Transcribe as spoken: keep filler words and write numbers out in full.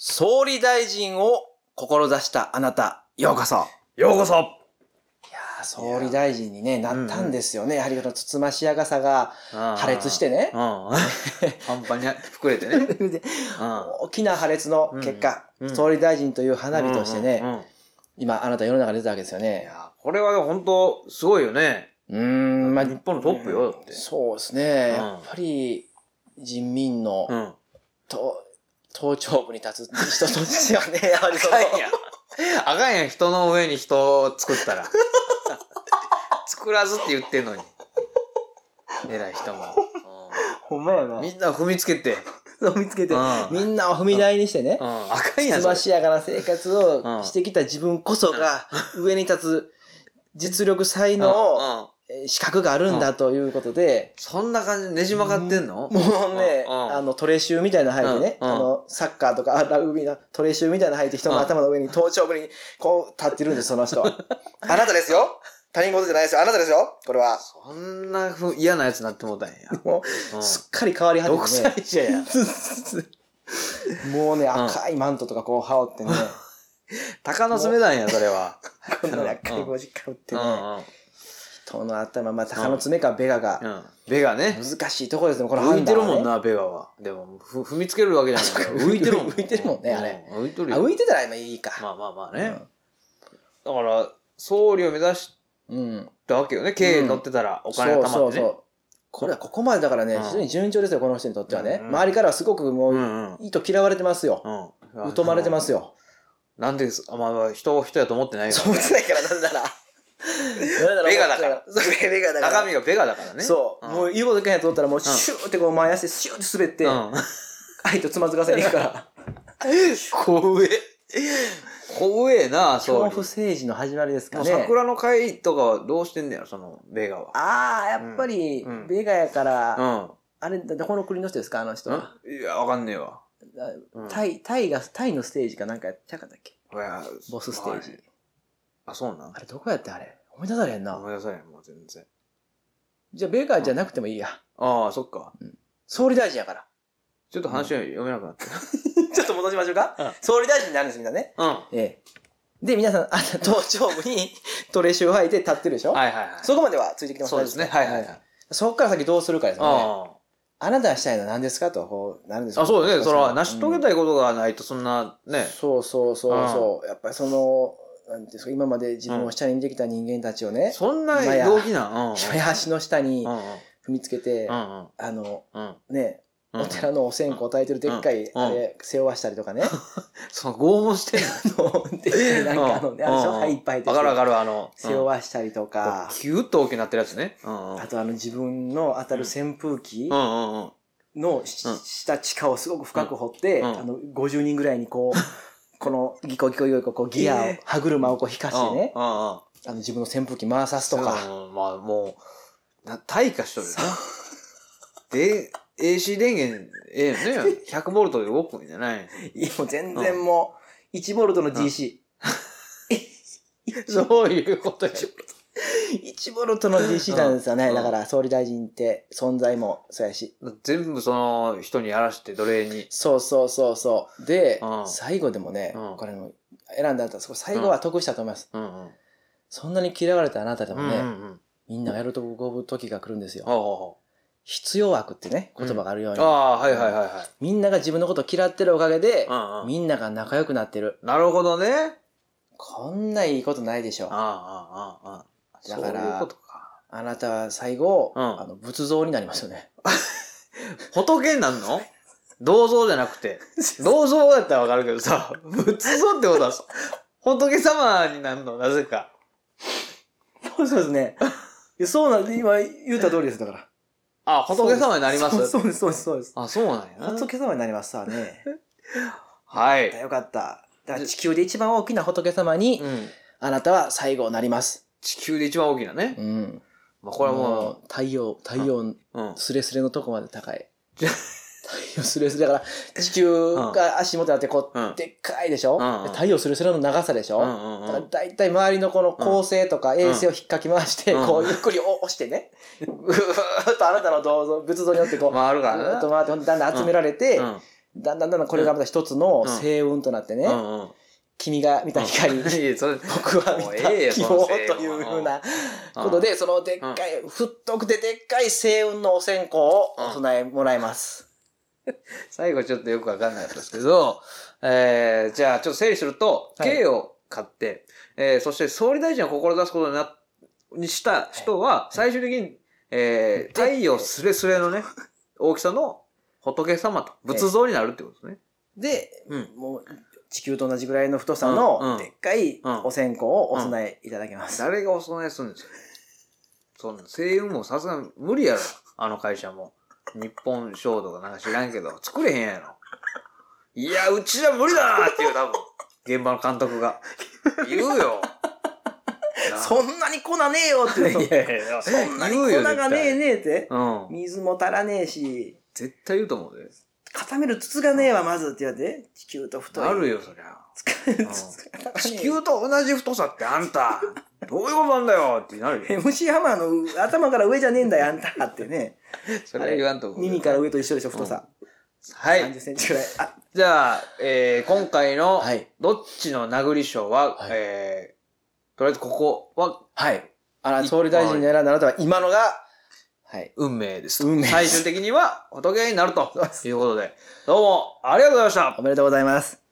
総理大臣を志したあなた、ようこそ。 ようこそ。いやー総理大臣に、ね、なったんですよね。やはりこのつつましや傘が破裂してね。 パンパンに膨れてね。 大きな破裂の結果、うん、総理大臣という花火としてね、うんうんうん、今あなた世の中に出たわけですよね。 いやこれは本当すごいよね。 うーん、まあ、 日本のトップよ、だって。 そうですね。うん、やっぱり人民の、うん、と頭頂部に立つ人としてはね、やはりその。 あかんやん、人の上に人を作ったら。作らずって言ってんのに。偉い人も。 ほんまやな。 みんな踏みつけて。 踏みつけて、うん、みんなを踏み台にしてね、 うんうん、あかんやん。 つましやかな生活をしてきた自分こそが、上に立つ実力才能、資格があるんだということで。 そんな感じでねじ曲がってんの？ もうね、あの、トレシューみたいなの履いてね、あの、サッカーとかラグビーのトレシューみたいなの履いて人の頭の上に頭頂部にこう立ってるんです、その人は。あなたですよ。他人事じゃないですよ。あなたですよ。これは。 そんなふ嫌なやつになってもうたんや。 もう、すっかり変わり果ててね。 独裁者や。 もうね、赤いマントとかこう羽織ってね。 鷹の爪なんや、それは。 こんな赤い帽子かぶってね。人の頭、まあ、鷹の爪かベガが。 ベガね。 難しいところですね、この浮いてるもんな、ベガは。でも、踏みつけるわけじゃないから。浮いてるもん。 浮いてるもんね、あれ。 浮いてるよ。 浮いてたら今いいか。 まあまあまあね。だから、総理を目指したわけよね。経営に乗ってたら、お金が貯まってね。 これはここまでだからね、非常に順調ですよ、この人にとってはね。周りからはすごくもう、糸嫌われてますよ。疎まれてますよ。 なんでですか？まあ、人を人やと思ってないよ。 そう思ってないから、なんなら。 ベガだから。 ベガだから。 中身がベガだからね。 そう。もう言うことけへんと思ったら、もうシューってこう回して、シューって滑って、相手つまずかせに行くから。 怖え。怖えな、 そう。恐怖政治の始まりですかね。 桜の会とかはどうしてんねや、その、ベガは。 ああ、やっぱり、ベガやから、あれ、どこの国の人ですか、あの人は。 いや、わかんねえわ。 タイ、タイが、タイのステージかなんかやっちゃうかったっけ？ボスステージ。 あ、そうなん？ あれ、どこやってあれ？思い出されへんな。 思い出されへん、もう全然。 じゃあ、ベガじゃなくてもいいや。 ああ、そっか。 総理大臣やから。 ちょっと話が読めなくなって。 ちょっと戻しましょうか。総理大臣になるんです、みんなね。うん。ええ。で、皆さん、あの、頭頂部にトレシューを履いて立ってるでしょ？はいはいはい。そこまではついてきてます。 そうですね。はいはいはい。 そこから先どうするかですよね。あなたがしたいのは何ですかと、こう、なるんですか？ あ、そうね。それは、成し遂げたいことがないと、そんな、ね。 そうそうそうそう。やっぱりその、なんですか、今まで自分を下に見てきた人間たちをね。 そんな動機な。 今や足の下に踏みつけて、あの、ね、お寺のお線香を焚いてるでっかい、あれ、背負わしたりとかね。 そう、拷問してんの。でっかいなんかあの、あれでしょ？はい、いっぱい入って。 わかるわかる、あの。 背負わしたりとか。 キューッと大きくなってるやつね。 あとあの、自分の当たる扇風機の下地下をすごく深く掘って、あの、ごじゅうにんぐらいにこう、このギコギコギコこうギアを、歯車をこう引かしてね。あの、自分の扇風機回さすとか。 まあもう、退化しとるよね。で、エーシー 電源、ええよね。ひゃくボルトで動くんじゃない？ いや、もう全然もう、いちボルトの ディーシー。そういうことや。 いちボルトの ディーシー なんですよね。だから総理大臣って存在もそうやし。 全部その人にやらして奴隷に。 そうそうそうそう。で、最後でもね、これの選んだら最後は得したと思います。そんなに嫌われたあなたでもね、みんなが喜ぶ時が来るんですよ。必要悪ってね、言葉があるように。 ああ、はいはいはいはい。 みんなが自分のことを嫌ってるおかげで、みんなが仲良くなってる。 なるほどね。 こんないいことないでしょ。ああ、ああ、ああ。だから、あなたは最後、あの仏像になりますよね。 仏になるの？銅像じゃなくて。銅像だったらわかるけどさ、仏像ってことは仏様になるの、なぜか。 そうですね。そうなんで、今言った通りです、だから。 あ、仏様になります？ そうです、そうです、そうです。 あ、そうなんやな。 仏様になりますさね。 はい。 よかった。だから地球で一番大きな仏様に、あなたは最後なります。 地球で一番大きなね。うん。まあこれはもう、 太陽、太陽、スレスレのとこまで高い。太陽スレスレだから、地球が足元あってこう、でっかいでしょ？太陽スレスレの長さでしょ？だからだいたい周りのこの恒星とか衛星を引っかき回して、こうゆっくり押してね、ぐーっとあなたの銅像、仏像によってこう、 回るからね。 ぐーっと回って、だんだん集められて、 だんだんだんだんこれがまた一つの星雲となってね、 うんうん、 君が見た光、うん、僕は見た希望というふうなことで、そのでっかい、うん、太くてでっかい星雲のお線香をお供えもらいます。 最後ちょっとよくわかんなかったですけど、えー、じゃあちょっと整理すると、はい、K を買って、えー、そして総理大臣を志すことになにした人は、最終的に、はい、えー、太陽すれすれのね、大きさの仏様と仏像になるってことですね。 で、うん、もう地球と同じぐらいの太さのでっかいお線香をお供えいただきます。 うんうん、誰がお供えするんですよ。そんな星雲もさすがに無理やろ。あの会社も。日本衝動がなんか知らんけど、作れへんやろ。いや、うちじゃ無理だなっていう多分、現場の監督が。言うよ。 そんなに粉ねえよって言うの。いやいや、そんなに粉がねえねえって。うん、水も足らねえし。 絶対言うと思うで。 固める筒がねえわ、まずって言われて。地球と太い。 あるよ、そりゃ。地球と同じ太さってあんた、どういうことなんだよってなるよ。 エムシー ハマーの頭から上じゃねえんだよ、あんたってね。 それは言わんとこ。 耳から上と一緒でしょ、太さ。 はい。 さんじゅっセンチくらい。あ、 じゃあ、えー、今回の、どっちの殴り賞は、はい、えー、とりあえずここは、 はい。あら、総理大臣に選んだあなたは今のが、はい。 運命です。運命。最終的には仏になるということで、どうもありがとうございました。 おめでとうございます。